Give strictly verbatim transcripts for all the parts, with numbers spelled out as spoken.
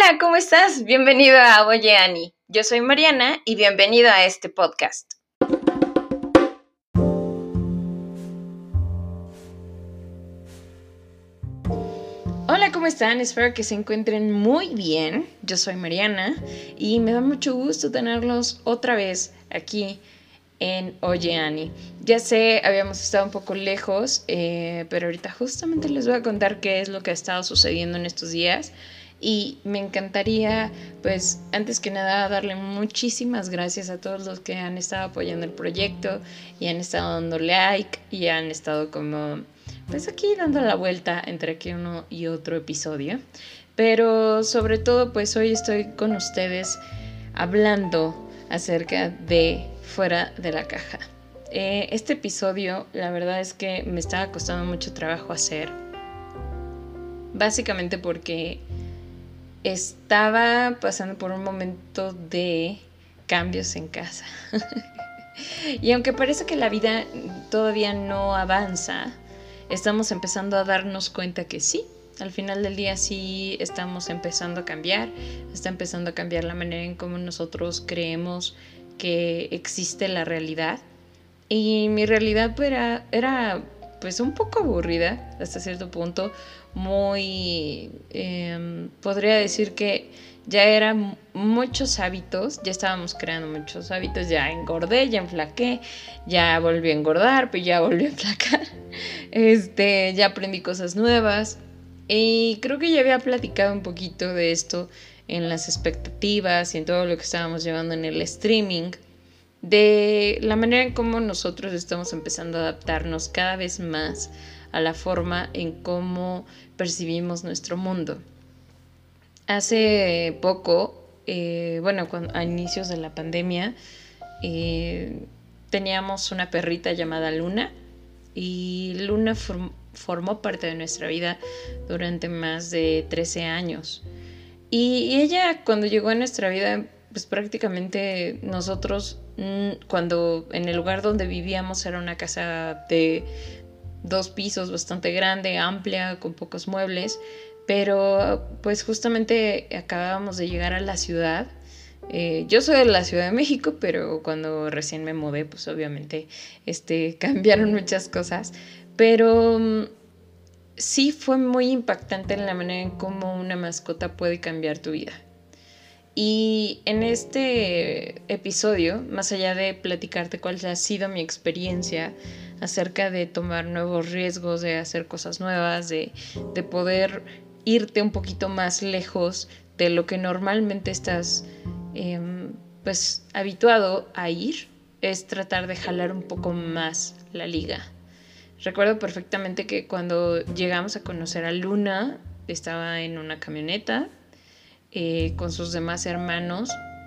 Hola, ¿cómo estás? Bienvenido a Oye Ani. Yo soy Mariana y bienvenido a este podcast. Hola, ¿cómo están? Espero que se encuentren muy bien. Yo soy Mariana y me da mucho gusto tenerlos otra vez aquí en Oye Ani. Ya sé, habíamos estado un poco lejos, eh, pero ahorita justamente les voy a contar qué es lo que ha estado sucediendo en estos días. Y me encantaría, pues, antes que nada, darle muchísimas gracias a todos los que han estado apoyando el proyecto y han estado dando like y han estado como, pues, aquí dando la vuelta entre aquí uno y otro episodio. Pero sobre todo, pues, hoy estoy con ustedes hablando acerca de Fuera de la Caja. Eh, este episodio, la verdad es que me estaba costando mucho trabajo hacer. Básicamente porque estaba pasando por un momento de cambios en casa. Y aunque parece que la vida todavía no avanza, estamos empezando a darnos cuenta que sí. Al final del día sí estamos empezando a cambiar. Está empezando a cambiar la manera en cómo nosotros creemos que existe la realidad. Y mi realidad era, era pues un poco aburrida hasta cierto punto. Muy, eh, podría decir que ya eran muchos hábitos, ya estábamos creando muchos hábitos, ya engordé, ya enflaqué, ya volví a engordar, pero ya volví a enflacar, este, ya aprendí cosas nuevas y creo que ya había platicado un poquito de esto en las expectativas y en todo lo que estábamos llevando en el streaming, de la manera en cómo nosotros estamos empezando a adaptarnos cada vez más a la forma en cómo percibimos nuestro mundo. Hace poco, eh, bueno, cuando, a inicios de la pandemia, eh, teníamos una perrita llamada Luna y Luna form- formó parte de nuestra vida durante más de trece años. Y, y ella cuando llegó a nuestra vida, pues prácticamente nosotros, cuando en el lugar donde vivíamos era una casa de dos pisos, bastante grande, amplia, con pocos muebles, pero pues justamente acabábamos de llegar a la ciudad. Eh, yo soy de la Ciudad de México, pero cuando recién me mudé, pues obviamente este, cambiaron muchas cosas, pero um, sí fue muy impactante en la manera en cómo una mascota puede cambiar tu vida. Y en este episodio, más allá de platicarte cuál ha sido mi experiencia acerca de tomar nuevos riesgos, de hacer cosas nuevas, de, de poder irte un poquito más lejos de lo que normalmente estás eh, pues habituado a ir, es tratar de jalar un poco más la liga. Recuerdo perfectamente que cuando llegamos a conocer a Luna, estaba en una camioneta Eh, con sus demás hermanos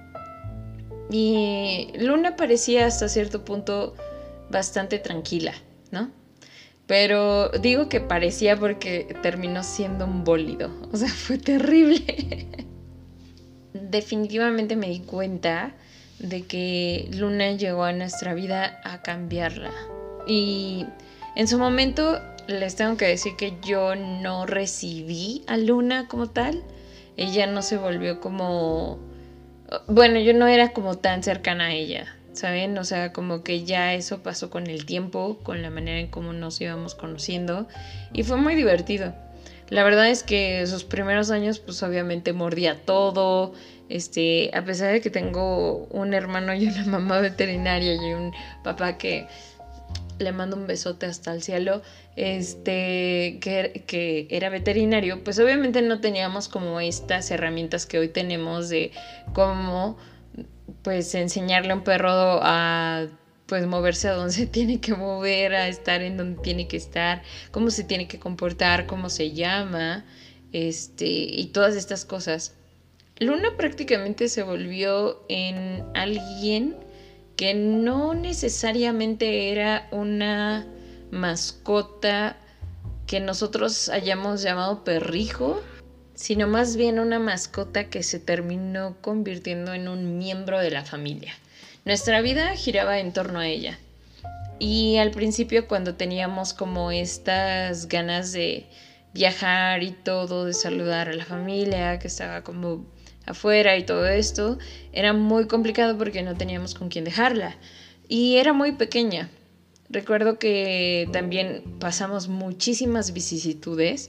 y Luna parecía hasta cierto punto bastante tranquila, ¿no? Pero digo que parecía porque terminó siendo un bólido, o sea, fue terrible. Definitivamente me di cuenta de que Luna llegó a nuestra vida a cambiarla y en su momento les tengo que decir que yo no recibí a Luna como tal. Ella no se volvió como... Bueno, yo no era como tan cercana a ella, ¿saben? O sea, como que ya eso pasó con el tiempo, con la manera en cómo nos íbamos conociendo. Y fue muy divertido. La verdad es que sus primeros años, pues obviamente mordía todo. Este, a pesar de que tengo un hermano y una mamá veterinaria y un papá que... le mando un besote hasta el cielo, este, que, que era veterinario, pues obviamente no teníamos como estas herramientas que hoy tenemos de cómo, pues, enseñarle a un perro a, pues, moverse a donde se tiene que mover, a estar en donde tiene que estar, cómo se tiene que comportar, cómo se llama, este, y todas estas cosas. Luna prácticamente se volvió en alguien que no necesariamente era una mascota que nosotros hayamos llamado perrijo, sino más bien una mascota que se terminó convirtiendo en un miembro de la familia. Nuestra vida giraba en torno a ella. Y al principio, cuando teníamos como estas ganas de, viajar y todo, de saludar a la familia que estaba como afuera y todo esto, era muy complicado porque no teníamos con quién dejarla. Y era muy pequeña. Recuerdo que también pasamos muchísimas vicisitudes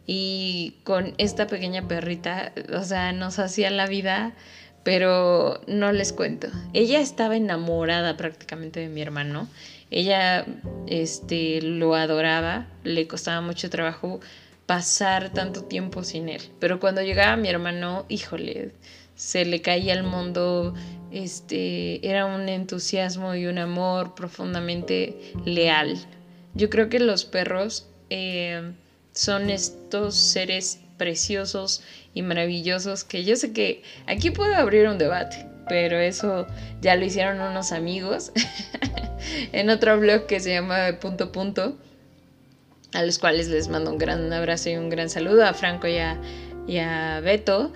y con esta pequeña perrita, o sea, nos hacía la vida, pero no les cuento. Ella estaba enamorada prácticamente de mi hermano. Ella este, lo adoraba, le costaba mucho trabajo pasar tanto tiempo sin él. Pero cuando llegaba mi hermano, híjole, se le caía el mundo, este, era un entusiasmo y un amor profundamente leal. Yo creo que los perros eh, son estos seres preciosos y maravillosos que yo sé que aquí puedo abrir un debate, pero eso ya lo hicieron unos amigos en otro blog que se llama Punto Punto, a los cuales les mando un gran abrazo y un gran saludo a Franco y a, y a Beto.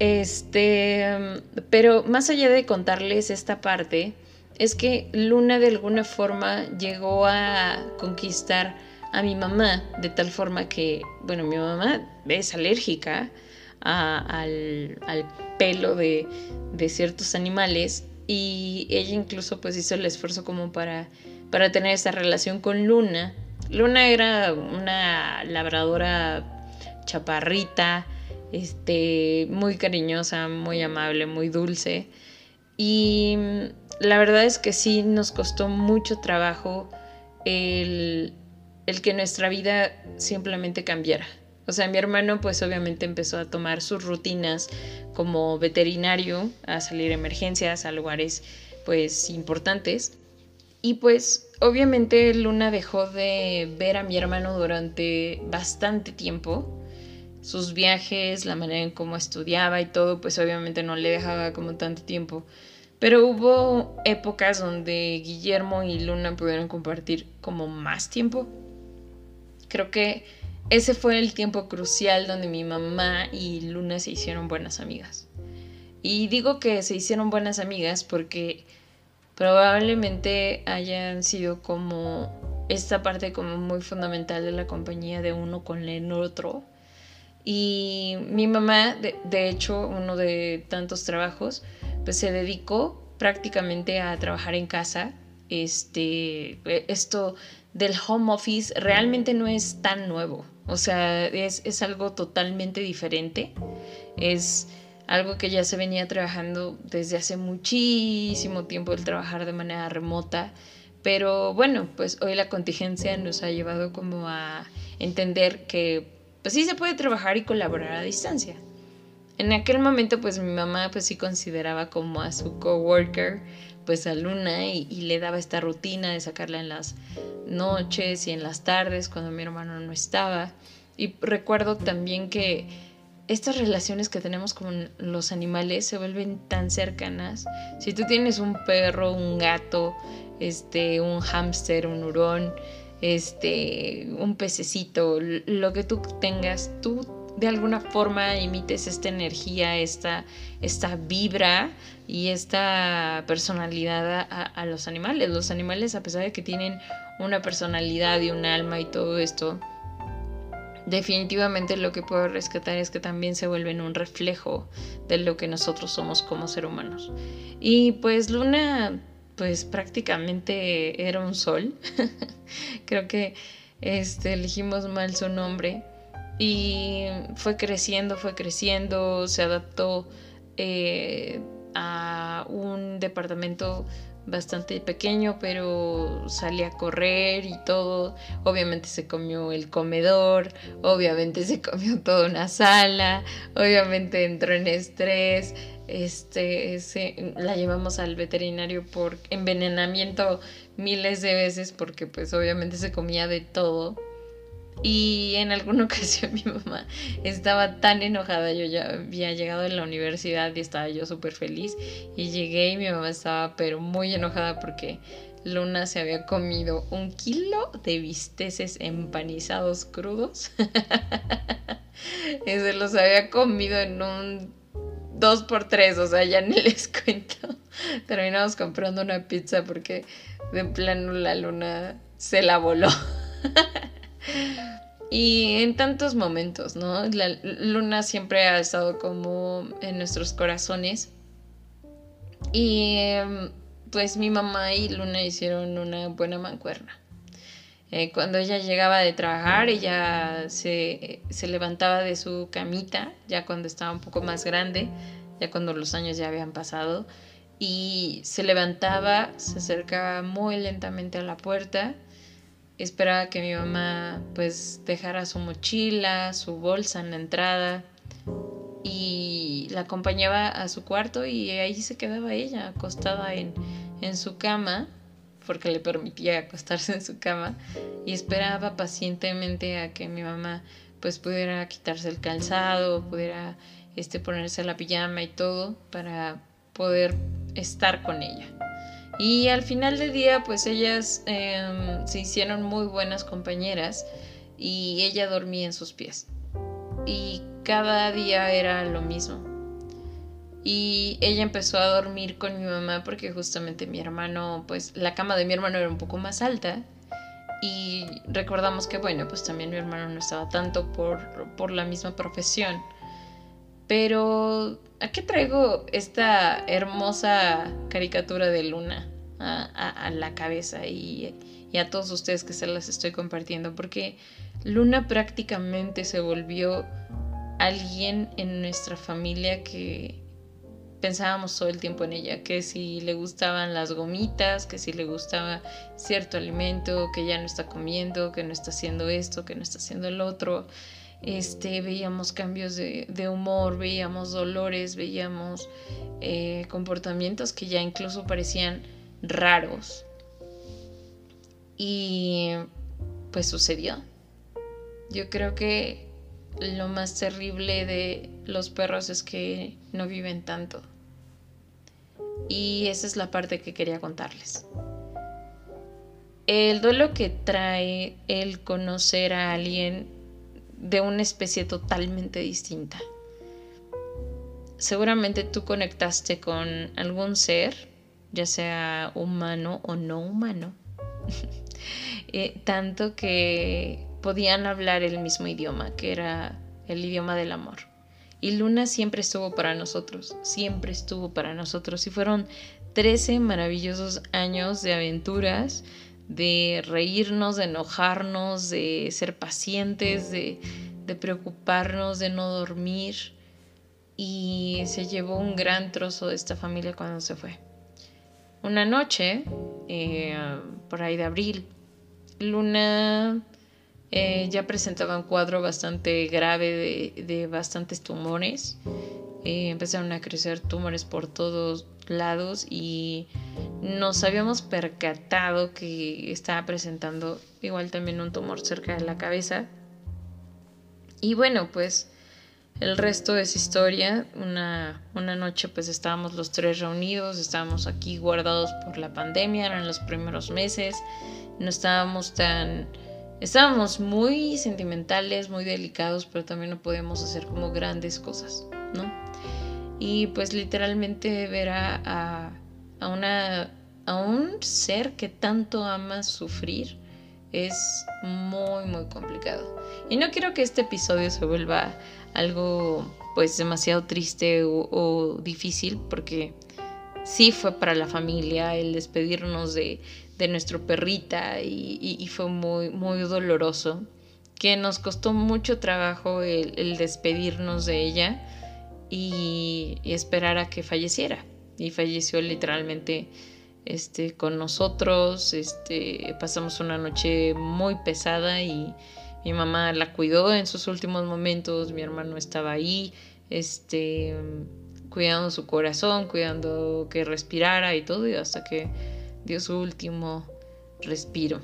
Este, pero más allá de contarles esta parte, es que Luna de alguna forma llegó a conquistar a mi mamá, de tal forma que, bueno, mi mamá es alérgica a, al, al pelo de, de ciertos animales, y ella incluso pues hizo el esfuerzo como para, para tener esta relación con Luna. Luna era una labradora chaparrita, este, muy cariñosa, muy amable, muy dulce. Y la verdad es que sí nos costó mucho trabajo el, el que nuestra vida simplemente cambiara. O sea, mi hermano pues obviamente empezó a tomar sus rutinas como veterinario, a salir a emergencias, a lugares pues importantes. Y pues obviamente Luna dejó de ver a mi hermano durante bastante tiempo. Sus viajes, la manera en cómo estudiaba y todo, pues obviamente no le dejaba como tanto tiempo. Pero hubo épocas donde Guillermo y Luna pudieron compartir como más tiempo. Creo que ese fue el tiempo crucial donde mi mamá y Luna se hicieron buenas amigas. Y digo que se hicieron buenas amigas porque probablemente hayan sido como esta parte como muy fundamental de la compañía de uno con el otro. Y mi mamá, de, de hecho, uno de tantos trabajos, pues se dedicó prácticamente a trabajar en casa. Este, esto del home office realmente no es tan nuevo. O sea, es, es algo totalmente diferente. Es algo que ya se venía trabajando desde hace muchísimo tiempo, el trabajar de manera remota. Pero bueno, pues hoy la contingencia nos ha llevado como a entender que pues sí se puede trabajar y colaborar a distancia. En aquel momento pues mi mamá pues sí consideraba como a su coworker pues a Luna y, y le daba esta rutina de sacarla en las noches y en las tardes cuando mi hermano no estaba. Y recuerdo también que estas relaciones que tenemos con los animales se vuelven tan cercanas. Si tú tienes un perro, un gato, este, un hámster, un hurón, este, un pececito, lo que tú tengas, tú de alguna forma emites esta energía, esta, esta vibra y esta personalidad a, a los animales. Los animales, a pesar de que tienen una personalidad y un alma y todo esto, definitivamente lo que puedo rescatar es que también se vuelven un reflejo de lo que nosotros somos como seres humanos. Y pues Luna pues prácticamente era un sol. Creo que este, elegimos mal su nombre. Y fue creciendo, fue creciendo, se adaptó eh, a un departamento bastante pequeño, pero salía a correr y todo. Obviamente se comió el comedor, obviamente se comió toda una sala, obviamente entró en estrés. Este, se, la llevamos al veterinario por envenenamiento miles de veces porque pues obviamente se comía de todo. Y en alguna ocasión mi mamá estaba tan enojada, yo ya había llegado a la universidad y estaba yo súper feliz y llegué y mi mamá estaba pero muy enojada porque Luna se había comido un kilo de bisteces empanizados crudos y se los había comido en un dos por tres, o sea, ya ni les cuento. Terminamos comprando una pizza porque de plano la Luna se la voló. Y en tantos momentos, ¿no? La Luna siempre ha estado como en nuestros corazones. Y pues mi mamá y Luna hicieron una buena mancuerna. Eh, cuando ella llegaba de trabajar, ella se, se levantaba de su camita, ya cuando estaba un poco más grande, ya cuando los años ya habían pasado, y se levantaba, se acercaba muy lentamente a la puerta, esperaba que mi mamá pues dejara su mochila, su bolsa en la entrada, y la acompañaba a su cuarto y ahí se quedaba ella acostada en, en su cama, porque le permitía acostarse en su cama, y esperaba pacientemente a que mi mamá pues pudiera quitarse el calzado, pudiera este, ponerse la pijama y todo para poder estar con ella. Y al final del día pues ellas eh, se hicieron muy buenas compañeras y ella dormía en sus pies. Y cada día era lo mismo. Y ella empezó a dormir con mi mamá porque justamente mi hermano, pues la cama de mi hermano era un poco más alta. Y recordamos que, bueno, pues también mi hermano no estaba tanto por, por la misma profesión. Pero, ¿a qué traigo esta hermosa caricatura de Luna a, a, a la cabeza y, y a todos ustedes que se las estoy compartiendo? Porque Luna prácticamente se volvió alguien en nuestra familia que pensábamos todo el tiempo en ella, que si le gustaban las gomitas, que si le gustaba cierto alimento, que ya no está comiendo, que no está haciendo esto, que no está haciendo el otro. Este, veíamos cambios de, de humor, veíamos dolores, veíamos eh, comportamientos que ya incluso parecían raros. Y pues sucedió. Yo creo que lo más terrible de los perros es que no viven tanto. Y esa es la parte que quería contarles. El duelo que trae el conocer a alguien de una especie totalmente distinta. Seguramente tú conectaste con algún ser, ya sea humano o no humano, eh, tanto que podían hablar el mismo idioma, que era el idioma del amor. Y Luna siempre estuvo para nosotros, siempre estuvo para nosotros. Y fueron trece maravillosos años de aventuras, de reírnos, de enojarnos, de ser pacientes, de, de preocuparnos, de no dormir. Y se llevó un gran trozo de esta familia cuando se fue. Una noche, eh, por ahí de abril, Luna eh, ya presentaba un cuadro bastante grave de, de bastantes tumores. Eh, empezaron a crecer tumores por todos lados y nos habíamos percatado que estaba presentando igual también un tumor cerca de la cabeza. Y bueno, pues el resto es historia. Una, una noche pues estábamos los tres reunidos, estábamos aquí guardados por la pandemia, eran los primeros meses, no estábamos tan... Estábamos muy sentimentales, muy delicados, pero también no podíamos hacer como grandes cosas, ¿no? Y pues literalmente ver a, a, a, una, a un ser que tanto ama sufrir es muy, muy complicado. Y no quiero que este episodio se vuelva algo pues demasiado triste o, o difícil, porque sí fue para la familia el despedirnos de, de nuestro perrita y, y, y fue muy, muy doloroso, que nos costó mucho trabajo el, el despedirnos de ella y, y esperar a que falleciera. Y falleció literalmente este, con nosotros. Este, pasamos una noche muy pesada y mi mamá la cuidó en sus últimos momentos, mi hermano estaba ahí, este, cuidando su corazón, cuidando que respirara y todo, y hasta que dio su último respiro.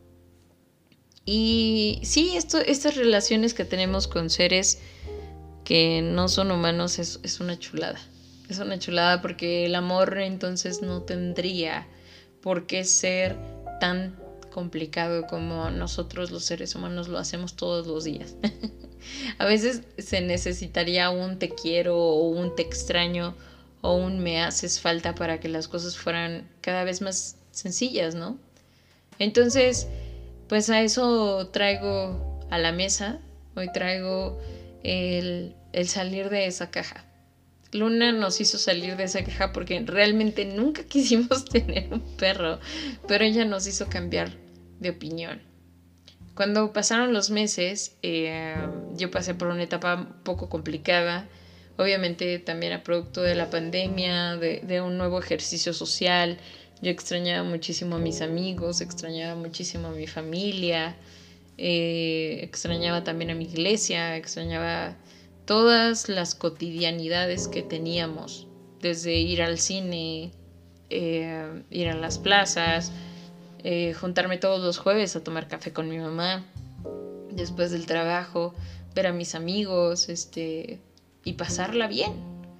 Y sí, esto, estas relaciones que tenemos con seres que no son humanos es, es una chulada. Es una chulada porque el amor entonces no tendría por qué ser tan complicado como nosotros los seres humanos lo hacemos todos los días. A veces se necesitaría un te quiero o un te extraño o un me haces falta para que las cosas fueran cada vez más sencillas, ¿no? Entonces, pues a eso traigo a la mesa. Hoy traigo el, el salir de esa caja. Luna nos hizo salir de esa caja porque realmente nunca quisimos tener un perro, pero ella nos hizo cambiar de opinión. Cuando pasaron los meses, eh, yo pasé por una etapa un poco complicada. Obviamente también a producto de la pandemia, de, de un nuevo ejercicio social. Yo extrañaba muchísimo a mis amigos, extrañaba muchísimo a mi familia, eh, extrañaba también a mi iglesia, extrañaba todas las cotidianidades que teníamos, desde ir al cine, eh, ir a las plazas, eh, juntarme todos los jueves a tomar café con mi mamá, después del trabajo, ver a mis amigos, este, y pasarla bien.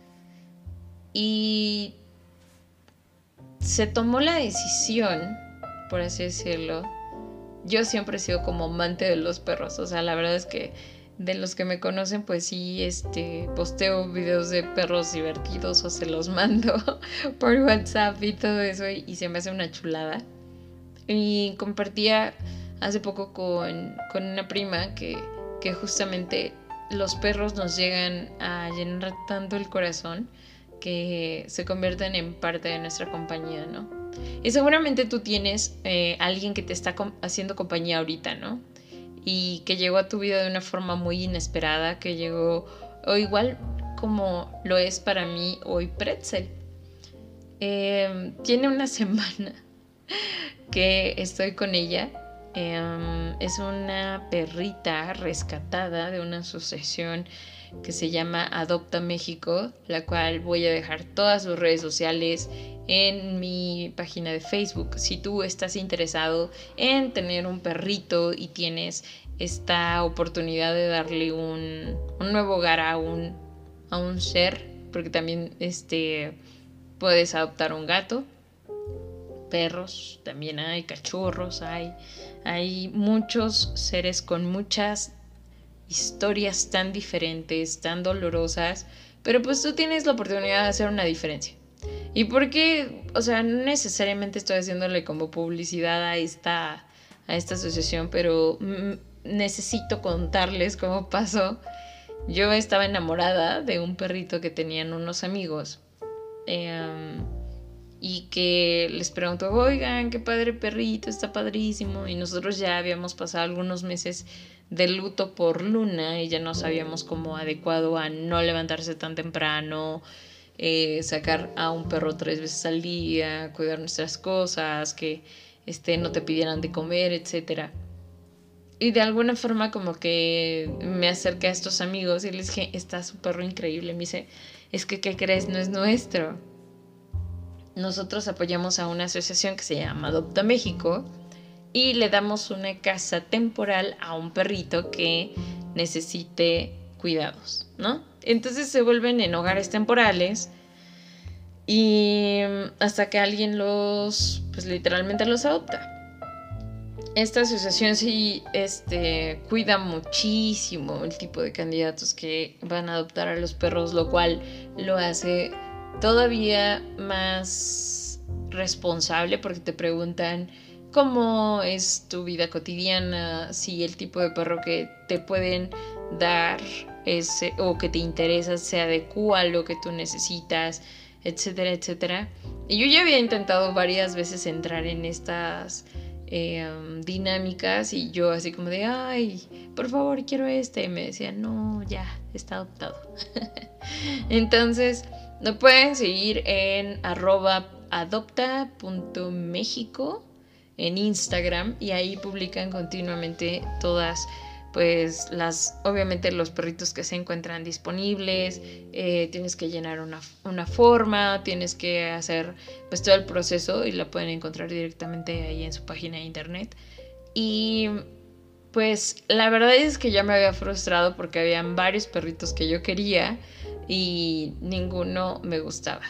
Y se tomó la decisión, por así decirlo. Yo siempre he sido como amante de los perros, o sea, la verdad es que de los que me conocen, pues sí, este, posteo videos de perros divertidos o se los mando por WhatsApp y todo eso, y, y se me hace una chulada. Y compartía hace poco con, con una prima que, que justamente los perros nos llegan a llenar tanto el corazón que se convierten en parte de nuestra compañía, ¿no? Y seguramente tú tienes eh, alguien que te está com- haciendo compañía ahorita, ¿no? Y que llegó a tu vida de una forma muy inesperada, que llegó, o igual como lo es para mí hoy Pretzel. Eh, tiene una semana que estoy con ella. Eh, es una perrita rescatada de una asociación que se llama Adopta México, la cual voy a dejar todas sus redes sociales en mi página de Facebook. Si tú estás interesado en tener un perrito y tienes esta oportunidad de darle un, un nuevo hogar a un, a un ser, porque también este, puedes adoptar un gato, perros, también hay cachorros, hay, hay muchos seres con muchas historias tan diferentes, tan dolorosas, pero pues tú tienes la oportunidad de hacer una diferencia. ¿Y por qué? O sea, no necesariamente estoy haciéndole como publicidad a esta, a esta asociación, pero mm, necesito contarles cómo pasó. Yo estaba enamorada de un perrito que tenían unos amigos eh, y que les preguntó, oigan, qué padre perrito, está padrísimo. Y nosotros ya habíamos pasado algunos meses de luto por Luna y ya nos habíamos como adecuado a no levantarse tan temprano, eh, sacar a un perro tres veces al día, cuidar nuestras cosas, que este, no te pidieran de comer, etcétera. Y de alguna forma como que me acerqué a estos amigos y les dije, está su perro increíble. Me dice, es que, ¿qué crees? No es nuestro. Nosotros apoyamos a una asociación que se llama Adopta México y le damos una casa temporal a un perrito que necesite cuidados, ¿no? Entonces se vuelven en hogares temporales y hasta que alguien los, pues literalmente los adopta. Esta asociación sí este, cuida muchísimo el tipo de candidatos que van a adoptar a los perros, lo cual lo hace todavía más responsable porque te preguntan cómo es tu vida cotidiana, si el tipo de perro que te pueden dar ese, o que te interesa se adecua a lo que tú necesitas, etcétera, etcétera. Y yo ya había intentado varias veces entrar en estas eh, dinámicas y yo así como de, ay, por favor, quiero este. Y me decían, no, ya, está adoptado. Entonces, lo pueden seguir en arroba adopta punto mexico en Instagram y ahí publican continuamente todas, pues las, obviamente los perritos que se encuentran disponibles, eh, tienes que llenar una, una forma, tienes que hacer pues todo el proceso y la pueden encontrar directamente ahí en su página de internet. Y pues la verdad es que ya me había frustrado porque habían varios perritos que yo quería y ninguno me gustaba.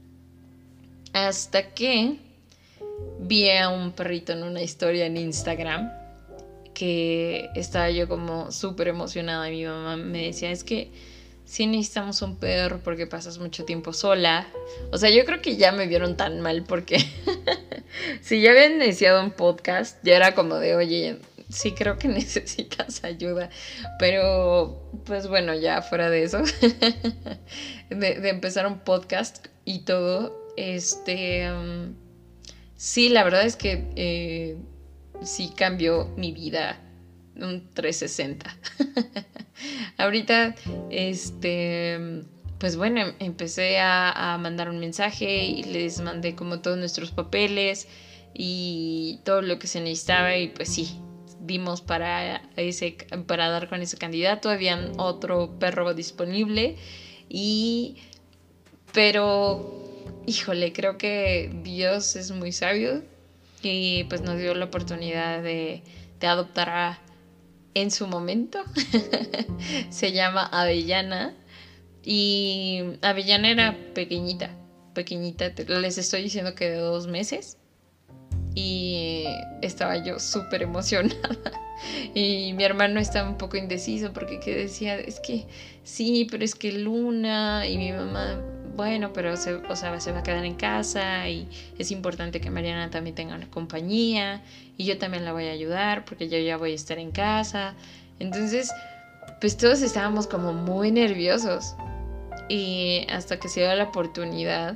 Hasta que vi a un perrito en una historia en Instagram que estaba yo como súper emocionada. Mi mamá me decía, es que sí necesitamos un perro porque pasas mucho tiempo sola. O sea, yo creo que ya me vieron tan mal porque si ya habían iniciado un podcast, ya era como de, oye, sí creo que necesitas ayuda. Pero, pues bueno, ya fuera de eso, de, de empezar un podcast y todo, este, um, sí, la verdad es que eh, sí cambió mi vida un trescientos sesenta. Ahorita, este, pues bueno, em- empecé a, a mandar un mensaje y les mandé como todos nuestros papeles y todo lo que se necesitaba y pues sí, dimos para ese, para dar con ese candidato. Había otro perro disponible y, pero, híjole, creo que Dios es muy sabio y pues nos dio la oportunidad de, de adoptar a, en su momento. Se llama Avellana. Y Avellana era pequeñita, pequeñita. Les estoy diciendo que de dos meses. Y estaba yo súper emocionada. Y mi hermano estaba un poco indeciso porque que decía, es que sí, pero es que Luna. Y mi mamá, bueno, pero se, o sea, se va a quedar en casa y es importante que Mariana también tenga una compañía y yo también la voy a ayudar porque yo ya voy a estar en casa. Entonces, pues todos estábamos como muy nerviosos y hasta que se dio la oportunidad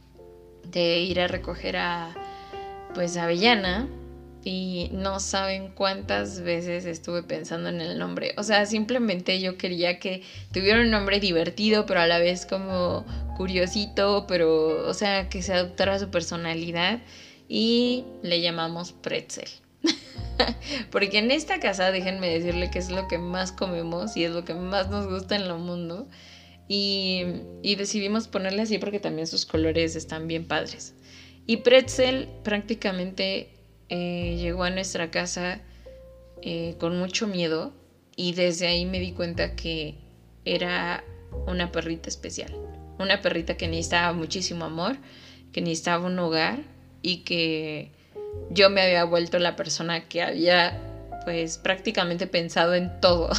de ir a recoger a, pues, a Avellana. Y no saben cuántas veces estuve pensando en el nombre. O sea, simplemente yo quería que tuviera un nombre divertido, pero a la vez como curiosito, pero, o sea, que se adaptara a su personalidad. Y le llamamos Pretzel. Porque en esta casa, déjenme decirle que es lo que más comemos y es lo que más nos gusta en el mundo. Y, y decidimos ponerle así porque también sus colores están bien padres. Y Pretzel prácticamente eh, llegó a nuestra casa eh, con mucho miedo y desde ahí me di cuenta que era una perrita especial. Una perrita que necesitaba muchísimo amor, que necesitaba un hogar y que yo me había vuelto la persona que había pues prácticamente pensado en todo.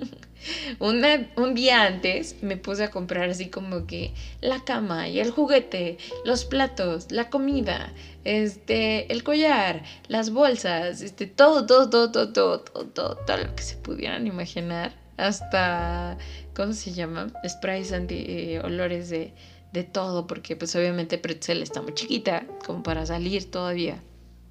Una, un día antes me puse a comprar así como que la cama y el juguete, los platos, la comida, este, el collar, las bolsas, este, todo, todo, todo, todo, todo, todo, todo, todo lo que se pudieran imaginar. Hasta, ¿cómo se llama? Sprays anti eh, olores de, de todo, porque pues obviamente Pretzel está muy chiquita como para salir todavía.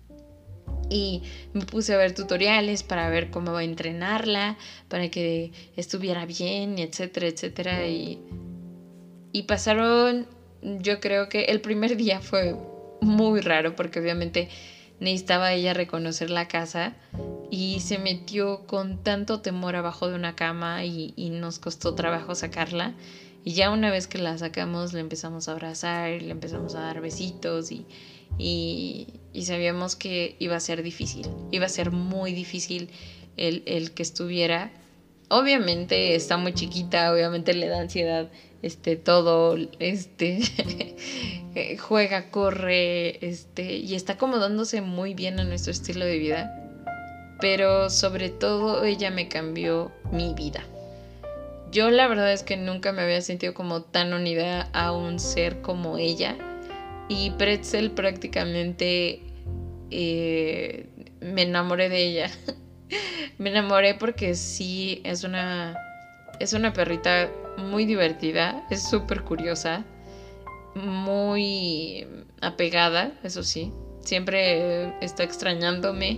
Y me puse a ver tutoriales para ver cómo entrenarla, para que estuviera bien, etcétera, etcétera. Y, y pasaron, yo creo que el primer día fue muy raro porque obviamente necesitaba ella reconocer la casa y se metió con tanto temor abajo de una cama y, y nos costó trabajo sacarla. Y ya una vez que la sacamos, le empezamos a abrazar, le empezamos a dar besitos y, y, y sabíamos que iba a ser difícil, iba a ser muy difícil el, el que estuviera. Obviamente está muy chiquita, obviamente le da ansiedad este todo, este juega, corre, este y está acomodándose muy bien a nuestro estilo de vida, pero sobre todo ella me cambió mi vida. Yo la verdad es que nunca me había sentido como tan unida a un ser como ella. Y Pretzel prácticamente eh, me enamoré de ella. Me enamoré porque sí es una, es una perrita muy divertida, es súper curiosa, muy apegada, eso sí. Siempre está extrañándome.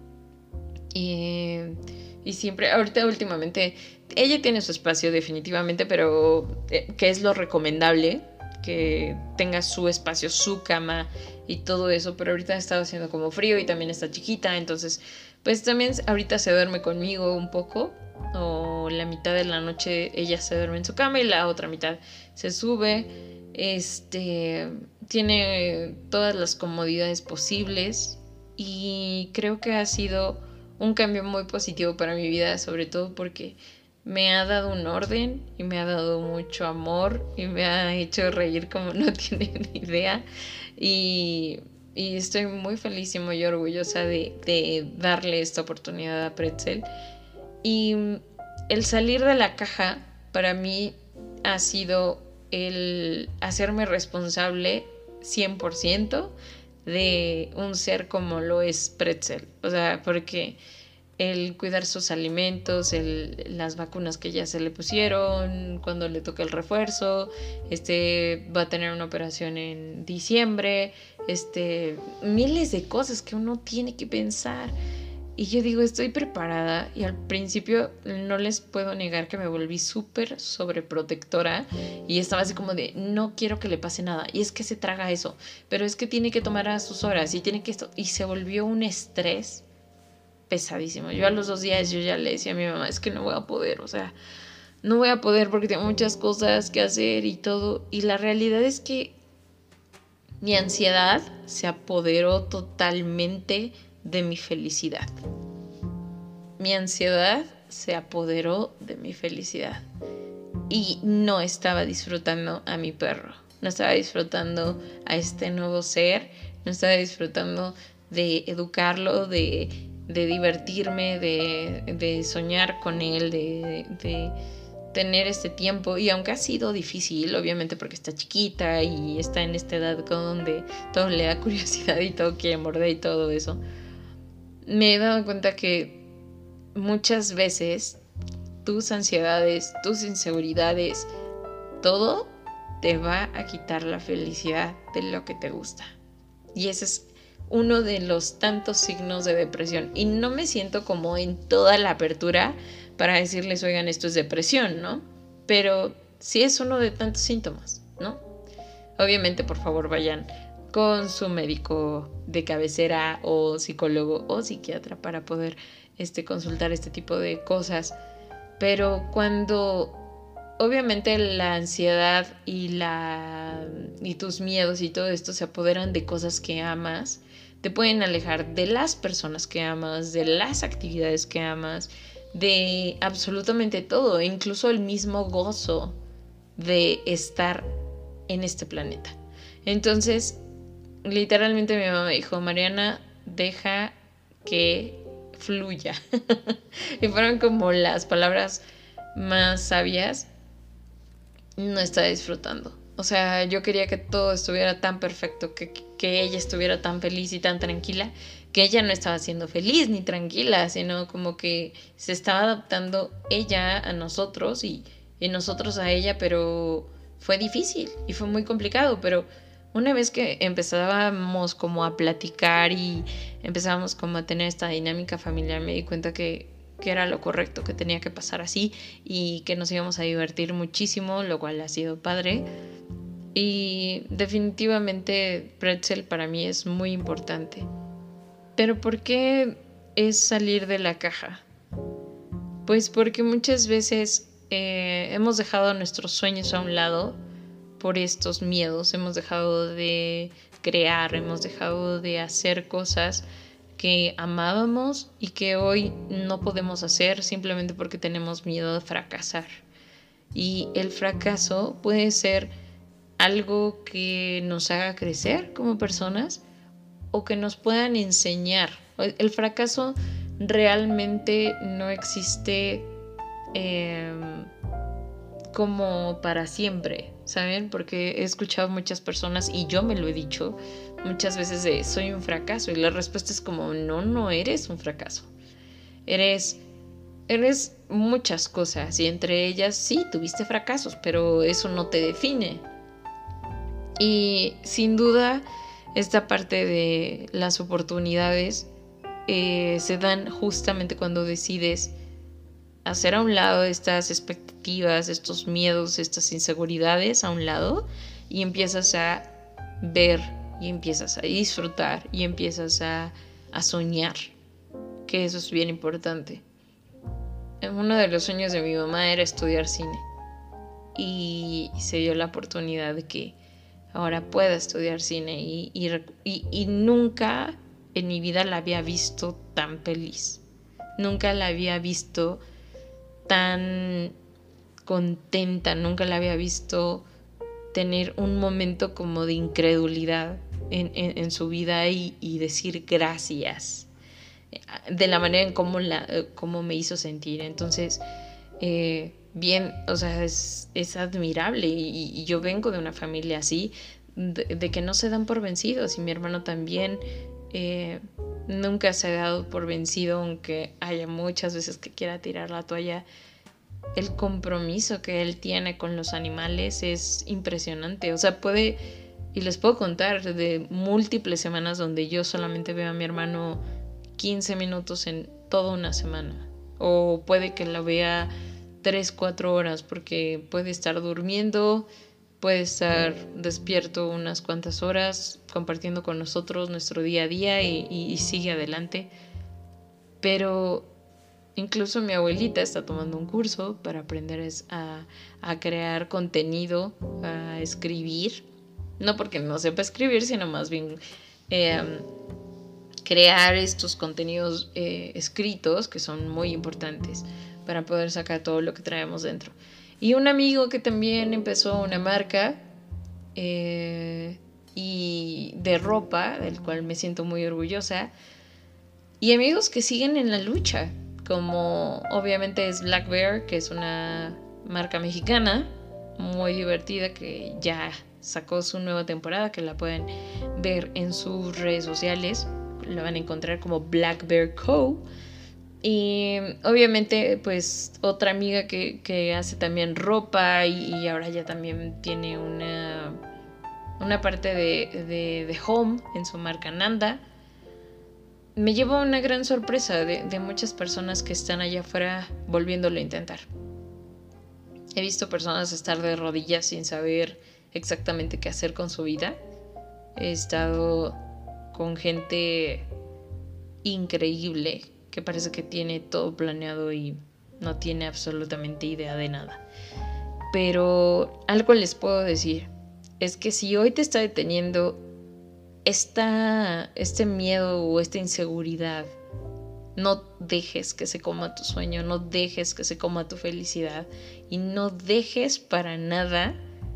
Y, y siempre, ahorita últimamente, ella tiene su espacio definitivamente, pero eh, que es lo recomendable, que tenga su espacio, su cama y todo eso, pero ahorita ha estado haciendo como frío y también está chiquita, entonces pues también ahorita se duerme conmigo un poco, o la mitad de la noche ella se duerme en su cama y la otra mitad se sube. Este tiene todas las comodidades posibles y creo que ha sido un cambio muy positivo para mi vida, sobre todo porque me ha dado un orden y me ha dado mucho amor y me ha hecho reír como no tienen idea. Y, y estoy muy feliz y muy orgullosa de, de darle esta oportunidad a Pretzel. Y el salir de la caja para mí ha sido el hacerme responsable cien por ciento de un ser como lo es Pretzel. O sea, porque el cuidar sus alimentos, el, las vacunas que ya se le pusieron, cuando le toca el refuerzo, este va a tener una operación en diciembre, este, miles de cosas que uno tiene que pensar. Y yo digo, estoy preparada, y al principio no les puedo negar que me volví súper sobreprotectora y estaba así como de, no quiero que le pase nada, y es que se traga eso, pero es que tiene que tomar a sus horas y tiene que esto, y se volvió un estrés pesadísimo. Yo a los dos días yo ya le decía a mi mamá, es que no voy a poder, o sea, no voy a poder porque tengo muchas cosas que hacer y todo. Y la realidad es que mi ansiedad se apoderó totalmente de mi felicidad. Mi ansiedad se apoderó de mi felicidad. Y no estaba disfrutando a mi perro, no estaba disfrutando a este nuevo ser, no estaba disfrutando de educarlo, de de divertirme, de, de soñar con él, de, de tener este tiempo. Y aunque ha sido difícil, obviamente porque está chiquita y está en esta edad donde todo le da curiosidad y todo quiere morder y todo eso, me he dado cuenta que muchas veces tus ansiedades, tus inseguridades, todo te va a quitar la felicidad de lo que te gusta. Y ese es uno de los tantos signos de depresión. Y no me siento como en toda la apertura para decirles, oigan, esto es depresión, ¿no? Pero sí es uno de tantos síntomas, ¿no? Obviamente, por favor, vayan con su médico de cabecera o psicólogo o psiquiatra para poder este, consultar este tipo de cosas. Pero cuando obviamente la ansiedad y, la, y tus miedos y todo esto se apoderan de cosas que amas, te pueden alejar de las personas que amas, de las actividades que amas, de absolutamente todo, incluso el mismo gozo de estar en este planeta. Entonces, literalmente mi mamá me dijo, Mariana, deja que fluya. Y fueron como las palabras más sabias. No está disfrutando. O sea, yo quería que todo estuviera tan perfecto, que, que ella estuviera tan feliz y tan tranquila, que ella no estaba siendo feliz ni tranquila, sino como que se estaba adaptando ella a nosotros y, y nosotros a ella, pero fue difícil y fue muy complicado. Pero una vez que empezábamos como a platicar y empezábamos como a tener esta dinámica familiar, me di cuenta que que era lo correcto, que tenía que pasar así y que nos íbamos a divertir muchísimo, lo cual ha sido padre. Y definitivamente Pretzel para mí es muy importante. Pero ¿por qué es salir de la caja? Pues porque muchas veces eh, hemos dejado nuestros sueños a un lado por estos miedos, hemos dejado de crear, hemos dejado de hacer cosas que amábamos y que hoy no podemos hacer simplemente porque tenemos miedo de fracasar. Y el fracaso puede ser algo que nos haga crecer como personas o que nos puedan enseñar. El fracaso realmente no existe eh, como para siempre, ¿saben? Porque he escuchado muchas personas y yo me lo he dicho muchas veces de soy un fracaso, y la respuesta es como no, no eres un fracaso. Eres, eres muchas cosas y entre ellas sí, tuviste fracasos, pero eso no te define. Y sin duda esta parte de las oportunidades eh, se dan justamente cuando decides hacer a un lado estas expectativas, estos miedos, estas inseguridades a un lado y empiezas a ver y empiezas a disfrutar y empiezas a, a soñar, que eso es bien importante. Uno de los sueños de mi mamá era estudiar cine y se dio la oportunidad de que ahora pueda estudiar cine y, y, y, y nunca en mi vida la había visto tan feliz, nunca la había visto tan contenta, nunca la había visto tener un momento como de incredulidad en, en, en su vida y, y decir gracias de la manera en cómo, la, cómo me hizo sentir. Entonces eh, bien, o sea, es, es admirable y, y yo vengo de una familia así, de, de que no se dan por vencidos y mi hermano también. eh, nunca se ha dado por vencido, aunque haya muchas veces que quiera tirar la toalla. El compromiso que él tiene con los animales es impresionante. O sea, puede, y les puedo contar de múltiples semanas donde yo solamente veo a mi hermano quince minutos en toda una semana. O puede que la vea tres, cuatro horas, porque puede estar durmiendo, puede estar despierto unas cuantas horas, compartiendo con nosotros nuestro día a día y, y, y sigue adelante. Pero incluso mi abuelita está tomando un curso para aprender a, a crear contenido, a escribir. No porque no sepa escribir, sino más bien eh, crear estos contenidos eh, escritos que son muy importantes para poder sacar todo lo que traemos dentro. Y un amigo que también empezó una marca eh, y de ropa, del cual me siento muy orgullosa. Y amigos que siguen en la lucha, como obviamente es Black Bear, que es una marca mexicana muy divertida que ya sacó su nueva temporada, que la pueden ver en sus redes sociales. La van a encontrar como Black Bear Co. Y obviamente pues otra amiga que, que hace también ropa y, y ahora ya también tiene una, una parte de, de, de home en su marca Nanda. Me llevo una gran sorpresa de, de muchas personas que están allá afuera volviéndolo a intentar. He visto personas estar de rodillas sin saber exactamente qué hacer con su vida. He estado con gente increíble que parece que tiene todo planeado y no tiene absolutamente idea de nada. Pero algo les puedo decir, es que si hoy te está deteniendo esta, este miedo o esta inseguridad, no dejes que se coma tu sueño, no dejes que se coma tu felicidad y no dejes para nada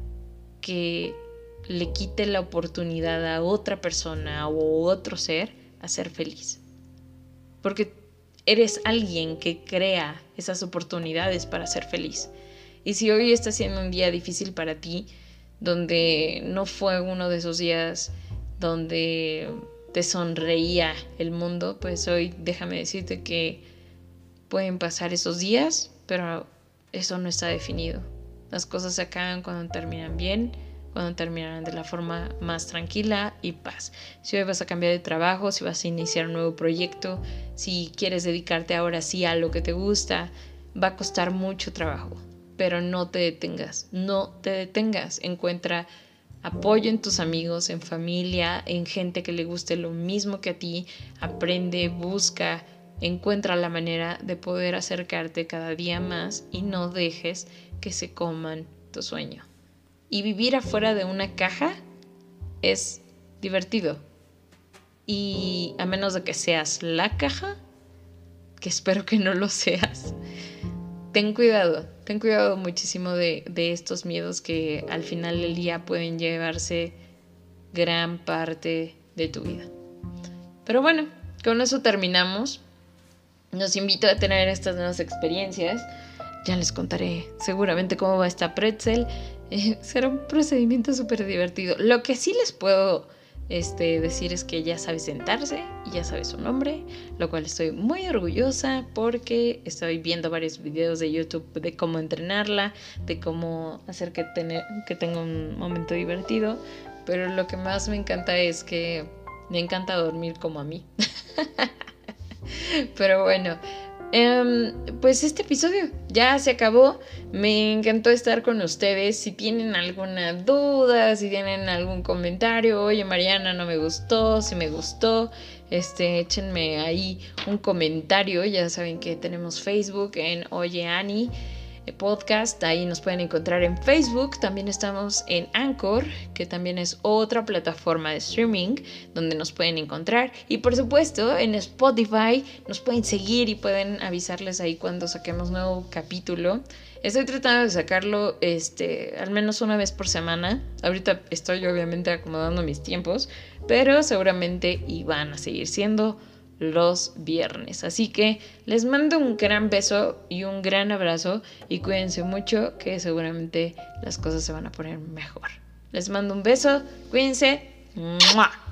que le quite la oportunidad a otra persona o otro ser a ser feliz. Porque eres alguien que crea esas oportunidades para ser feliz. Y si hoy está siendo un día difícil para ti, donde no fue uno de esos días donde te sonreía el mundo, pues hoy déjame decirte que pueden pasar esos días, pero eso no está definido. Las cosas se acaban cuando terminan bien, cuando terminan de la forma más tranquila y paz. Si hoy vas a cambiar de trabajo, si vas a iniciar un nuevo proyecto, si quieres dedicarte ahora sí a lo que te gusta, va a costar mucho trabajo, pero no te detengas, no te detengas. Encuentra apoyo en tus amigos, en familia, en gente que le guste lo mismo que a ti. Aprende, busca, encuentra la manera de poder acercarte cada día más y no dejes que se coman tu sueño. Y vivir afuera de una caja es divertido. Y a menos de que seas la caja, que espero que no lo seas, ten cuidado, ten cuidado muchísimo de, de estos miedos que al final del día pueden llevarse gran parte de tu vida. Pero bueno, con eso terminamos. Los invito a tener estas nuevas experiencias. Ya les contaré seguramente cómo va esta pretzel. Eh, será un procedimiento súper divertido. Lo que sí les puedo este, decir es que ya sabe sentarse y ya sabe su nombre, lo cual estoy muy orgullosa porque estoy viendo varios videos de YouTube de cómo entrenarla, de cómo hacer que, tener, que tenga un momento divertido. Pero lo que más me encanta es que me encanta dormir como a mí. Pero bueno, Um, pues este episodio ya se acabó. Me encantó estar con ustedes. Si tienen alguna duda, si tienen algún comentario, oye Mariana, no me gustó, si me gustó, este, échenme ahí un comentario. Ya saben que tenemos Facebook en Oye Ani Podcast, ahí nos pueden encontrar en Facebook. También estamos en Anchor, que también es otra plataforma de streaming donde nos pueden encontrar, y por supuesto en Spotify nos pueden seguir y pueden avisarles ahí cuando saquemos nuevo capítulo. Estoy tratando de sacarlo este, al menos una vez por semana. Ahorita estoy obviamente acomodando mis tiempos, pero seguramente iban a seguir siendo los viernes. Así que les mando un gran beso y un gran abrazo y cuídense mucho, que seguramente las cosas se van a poner mejor. Les mando un beso, cuídense. ¡Mua!